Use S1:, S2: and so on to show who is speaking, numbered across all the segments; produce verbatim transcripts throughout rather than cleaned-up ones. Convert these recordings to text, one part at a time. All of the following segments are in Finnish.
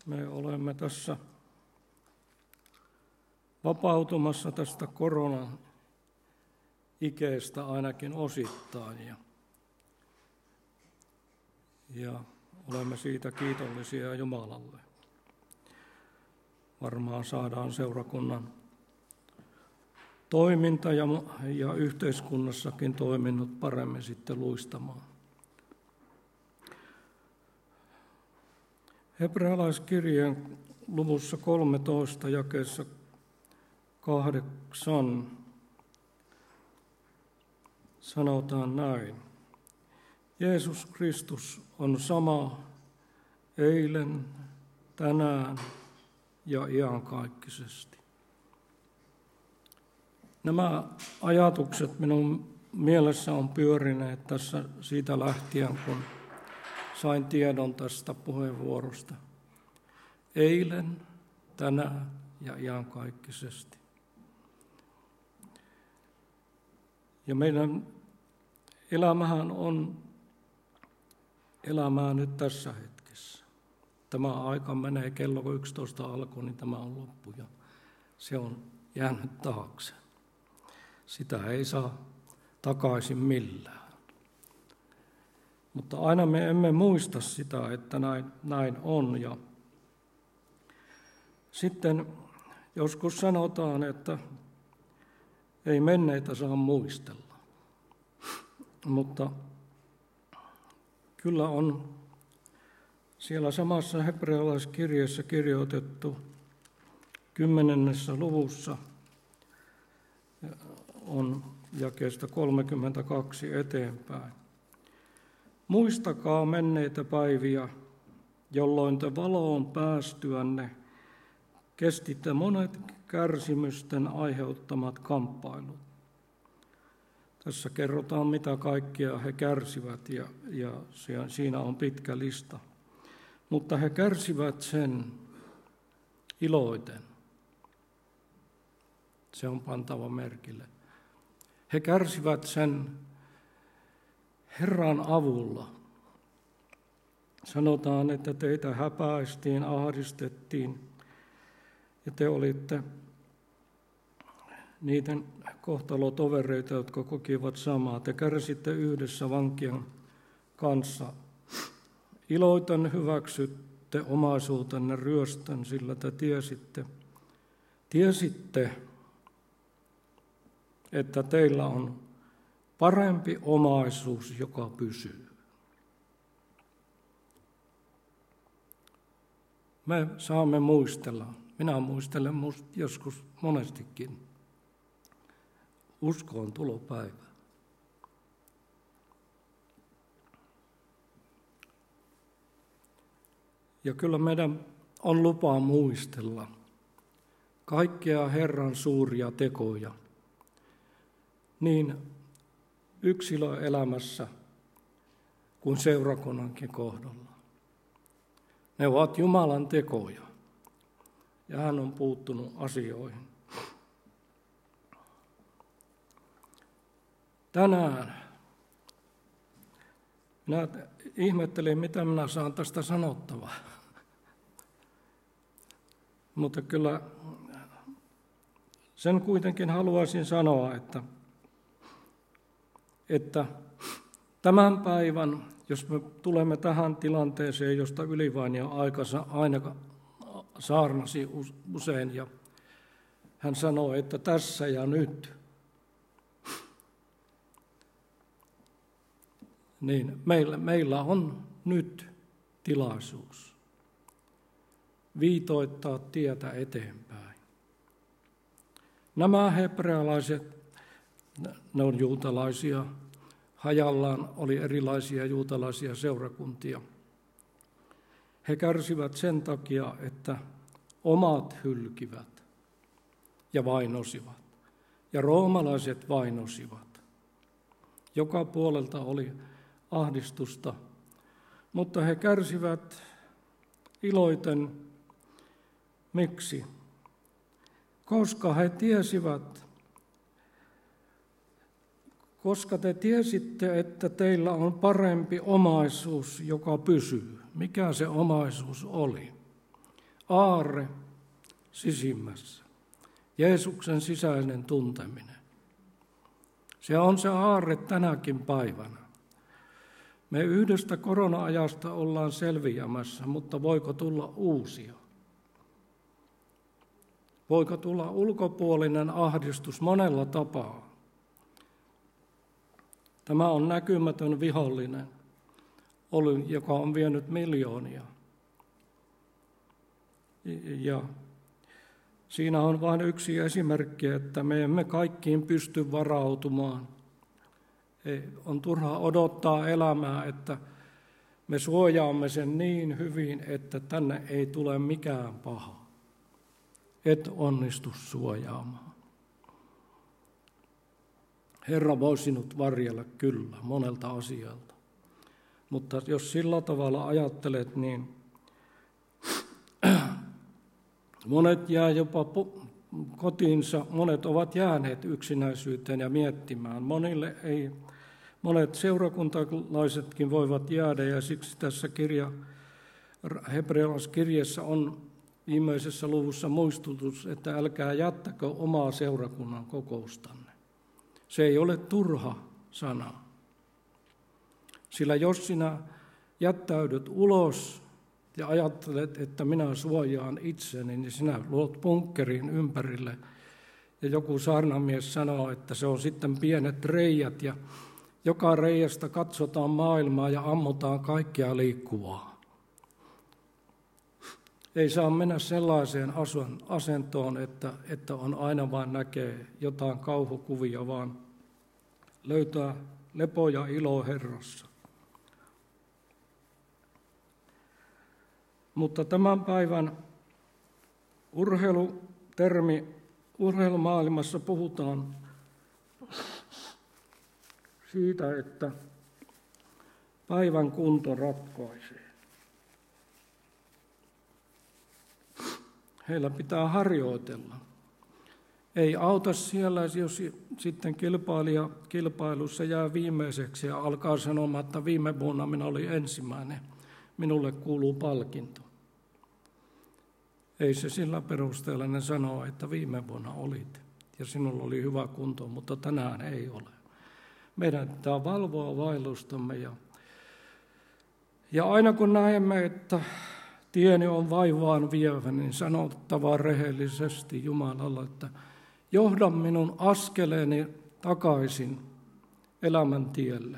S1: Me olemme tässä vapautumassa tästä koronan ikeestä ainakin osittain ja, ja olemme siitä kiitollisia Jumalalle. Varmaan saadaan seurakunnan toiminta ja, ja yhteiskunnassakin toiminnot paremmin sitten luistamaan. Hebrealaiskirjeen luvussa kolmetoista jakeessa kahdeksan sanotaan näin. Jeesus Kristus on sama eilen, tänään ja iankaikkisesti. Nämä ajatukset minun mielessä on pyörineet tässä siitä lähtien, kun sain tiedon tästä puheenvuorosta. Eilen, tänään ja iankaikkisesti. Ja meidän elämähän on elämää nyt tässä hetkessä. Tämä aika menee kello yksitoista alkuun, niin tämä on loppu ja se on jäänyt taakse. Sitä ei saa takaisin millään. Mutta aina me emme muista sitä, että näin, näin on. Ja sitten joskus sanotaan, että ei menneitä saa muistella. Mutta kyllä on siellä samassa hebrealaiskirjeessä kirjoitettu kymmenennessä luvussa on jakeesta kolmekymmentäkaksi eteenpäin. Muistakaa menneitä päiviä, jolloin te valoon päästyänne kestitte monet kärsimysten aiheuttamat kamppailut. Tässä kerrotaan, mitä kaikkea he kärsivät, ja, ja siinä on pitkä lista. Mutta he kärsivät sen iloiten. Se on pantava merkille. He kärsivät sen Herran avulla. Sanotaan, että teitä häpäistiin, ahdistettiin, ja te olitte niiden kohtalotovereita, jotka kokivat samaa. Te kärsitte yhdessä vankien kanssa. Iloiten hyväksytte omaisuutenne ryöstön, sillä te tiesitte, tiesitte, että teillä on parempi omaisuus, joka pysyy. Me saamme muistella. Minä muistelen joskus monestikin. Uskoon tulopäivä. Ja kyllä meidän on lupa muistella kaikkea Herran suuria tekoja, niin yksilöelämässä kuin seurakunnankin kohdalla. Ne ovat Jumalan tekoja, ja hän on puuttunut asioihin. Tänään minä ihmettelin, mitä minä saan tästä sanottavaa. Mutta kyllä sen kuitenkin haluaisin sanoa, että, että tämän päivän, jos me tulemme tähän tilanteeseen, josta Ylivainio aikansa aina saarnasi usein, ja hän sanoi, että tässä ja nyt, niin meillä, meillä on nyt tilaisuus viitoittaa tietä eteenpäin. Nämä hebrealaiset, ne on juutalaisia, hajallaan oli erilaisia juutalaisia seurakuntia. He kärsivät sen takia, että omat hylkivät ja vainosivat, ja roomalaiset vainosivat. Joka puolelta oli ahdistusta, mutta he kärsivät iloiten. Miksi? Koska he tiesivät, koska te tiesitte, että teillä on parempi omaisuus, joka pysyy. Mikä se omaisuus oli? aarre sisimmässä, Jeesuksen sisäinen tunteminen. Se on se aarre tänäkin päivänä. Me yhdestä korona-ajasta ollaan selviämässä, mutta voiko tulla uusia? Voiko tulla ulkopuolinen ahdistus monella tapaa? Tämä on näkymätön vihollinen, joka on vienyt miljoonia. Ja siinä on vain yksi esimerkki, että me emme kaikkiin pysty varautumaan. Ei, on turha odottaa elämää, että me suojaamme sen niin hyvin, että tänne ei tule mikään paha. Et onnistu suojaamaan. Herra voi sinut varjella kyllä monelta asialta, mutta jos sillä tavalla ajattelet, niin monet jää jopa kotiinsa, monet ovat jääneet yksinäisyyteen ja miettimään. Monille ei, monet seurakuntalaisetkin voivat jäädä, ja siksi tässä kirja, hebrealaiskirjassa on viimeisessä luvussa muistutus, että älkää jättäkö omaa seurakunnan kokoustanne. Se ei ole turha sana. Sillä jos sinä jättäydyt ulos ja ajattelet, että minä suojaan itseni, niin sinä luot bunkkerin ympärille. Ja joku saarnamies sanoo, että se on sitten pienet reijät ja joka reiästä katsotaan maailmaa ja ammutaan kaikkea liikkuvaa. Ei saa mennä sellaiseen asentoon, että, että on aina vain näkee jotain kauhukuvia, vaan löytää lepo ja ilo Herrassa. Mutta tämän päivän urheilutermi, urheilumaailmassa puhutaan siitä, että päivän kunto ratkaisee. Heillä pitää harjoitella. Ei auta siellä, jos sitten kilpailija kilpailussa jää viimeiseksi ja alkaa sanomaan, että viime vuonna minä olin ensimmäinen, minulle kuuluu palkinto. Ei se sillä perusteella, ne sanoo, että viime vuonna olit ja sinulla oli hyvä kunto, mutta tänään ei ole. Meidän pitää valvoa vaellustamme ja, ja aina kun näemme, että tieni on vaivaan vievä, niin sanottava rehellisesti Jumalalle, että johda minun askeleeni takaisin elämän tielle.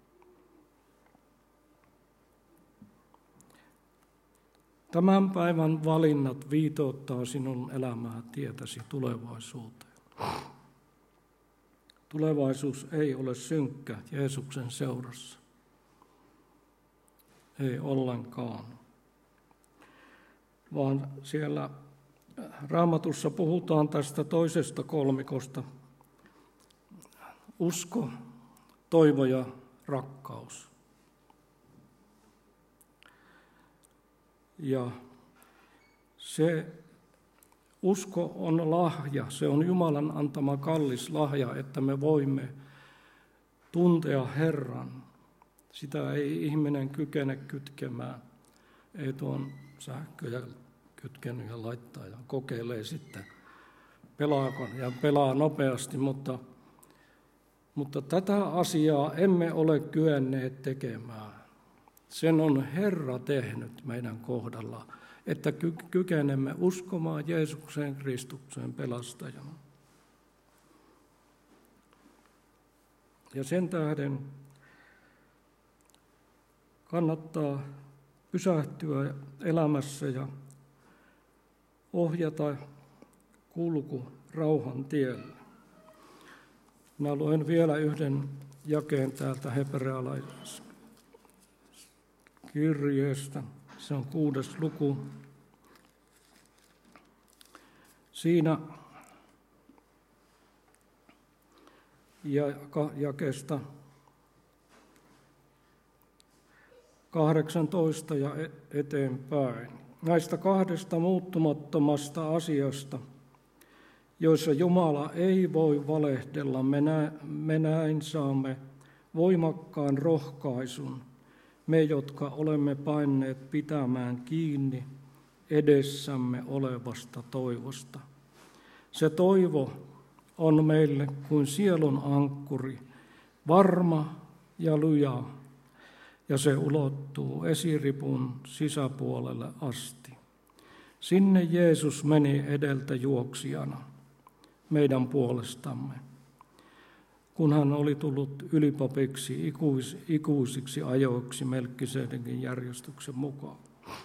S1: Tämän päivän valinnat viitoittaa sinun elämää tietäsi tulevaisuuteen. Tulevaisuus ei ole synkkä Jeesuksen seurassa. Ei ollenkaan. Vaan siellä Raamatussa puhutaan tästä toisesta kolmikosta. Usko, toivo ja rakkaus. Ja se usko on lahja, se on Jumalan antama kallis lahja, että me voimme tuntea Herran. Sitä ei ihminen kykene kytkemään, ei tuon sähköjä kytkenyt ja laittaa ja kokeilee sitten, pelaako ja pelaa nopeasti, mutta, mutta tätä asiaa emme ole kyenneet tekemään. Sen on Herra tehnyt meidän kohdalla, että kykenemme uskomaan Jeesuksen Kristukseen pelastajana. Ja sen tähden kannattaa pysähtyä elämässä ja ohjata kulku rauhan tielle. Minä luen vielä yhden jakeen täältä hebrealaiskirjeestä. Se on kuudes luku. Siinä jakeesta kahdeksantoista ja eteenpäin. Näistä kahdesta muuttumattomasta asiasta, joissa Jumala ei voi valehdella, me näin saamme voimakkaan rohkaisun, me, jotka olemme paineet pitämään kiinni edessämme olevasta toivosta. Se toivo on meille kuin sielun ankkuri, varma ja luja, ja se ulottuu esiripun sisäpuolelle asti. Sinne Jeesus meni edeltä juoksijana meidän puolestamme, kun hän oli tullut ylipapiksi ikuis, ikuisiksi ajoiksi Melkisedekin järjestyksen mukaan.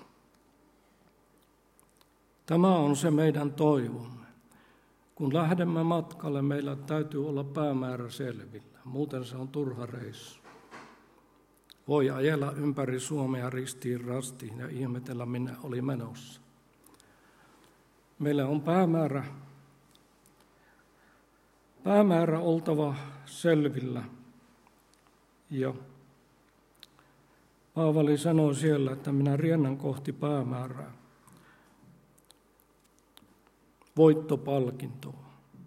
S1: Tämä on se meidän toivomme. Kun lähdemme matkalle, meillä täytyy olla päämäärä selvillä, muuten se on turha reissu. Voi ajella ympäri Suomea ristiin rastiin ja ihmetellä, minne oli menossa. Meillä on päämäärä, päämäärä oltava selvillä. Ja Paavali sanoi siellä, että minä riennän kohti päämäärää, voittopalkintoa.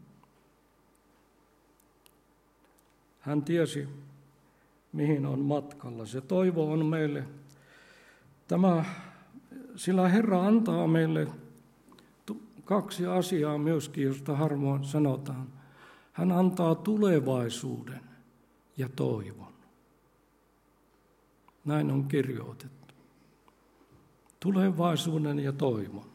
S1: Hän tiesi, mihin on matkalla. Se toivo on meille, tämä, sillä Herra antaa meille kaksi asiaa myöskin, josta harvoin sanotaan. Hän antaa tulevaisuuden ja toivon. Näin on kirjoitettu. Tulevaisuuden ja toivon.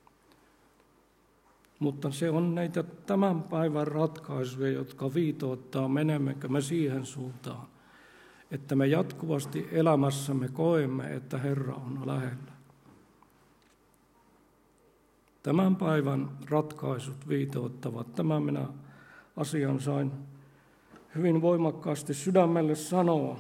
S1: Mutta se on näitä tämän päivän ratkaisuja, jotka viitoittaa, menemmekö me siihen suuntaan, että me jatkuvasti elämässämme koemme, että Herra on lähellä. Tämän päivän ratkaisut viitoittavat. Tämän minä asian sain hyvin voimakkaasti sydämelle sanoa.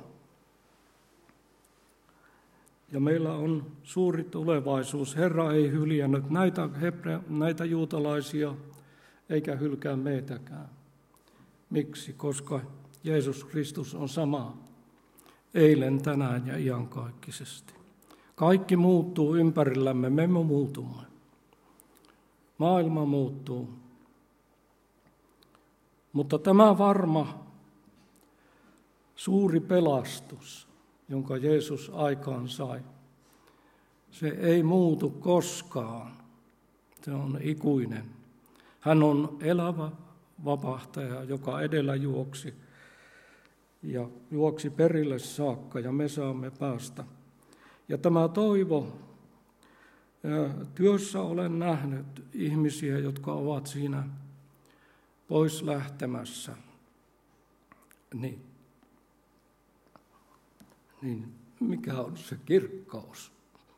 S1: Ja meillä on suuri tulevaisuus. Herra ei hyljännyt näitä, hebre, näitä juutalaisia eikä hylkää meitäkään. Miksi? Koska Jeesus Kristus on sama eilen, tänään ja iankaikkisesti. Kaikki muuttuu ympärillämme, me muutumme. Maailma muuttuu. Mutta tämä varma suuri pelastus, jonka Jeesus aikaan sai, se ei muutu koskaan. Se on ikuinen. Hän on elävä vapahtaja, joka edellä juoksi ja juoksi perille saakka, ja me saamme päästä. Ja tämä toivo, työssä olen nähnyt ihmisiä, jotka ovat siinä pois lähtemässä. Niin. Niin mikä on se kirkkaus?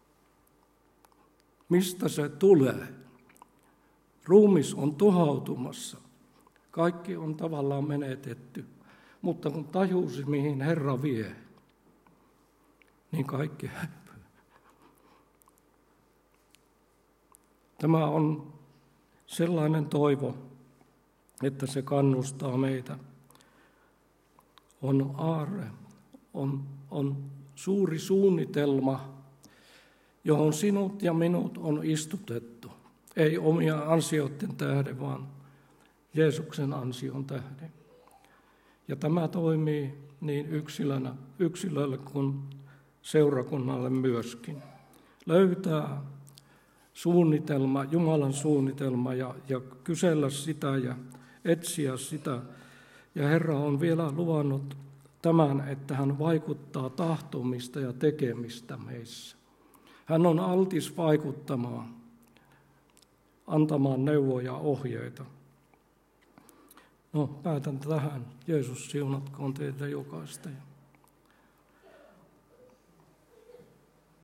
S1: Mistä se tulee? Ruumis on tuhoutumassa. Kaikki on tavallaan menetetty. Mutta kun tajusi, mihin Herra vie, niin kaikki häipyy. Tämä on sellainen toivo, että se kannustaa meitä. On aarre, on, on suuri suunnitelma, johon sinut ja minut on istutettu. Ei omia ansioiden tähden, vaan Jeesuksen ansion tähden. Ja tämä toimii niin yksilönä, yksilölle kuin seurakunnalle myöskin. Löytää suunnitelma, Jumalan suunnitelma ja, ja kysellä sitä ja etsiä sitä. Ja Herra on vielä luvannut tämän, että hän vaikuttaa tahtomista ja tekemistä meissä. Hän on altis vaikuttamaan, antamaan neuvoja ja ohjeita. No, päätän tähän. Jeesus siunatkoon teitä jokaista.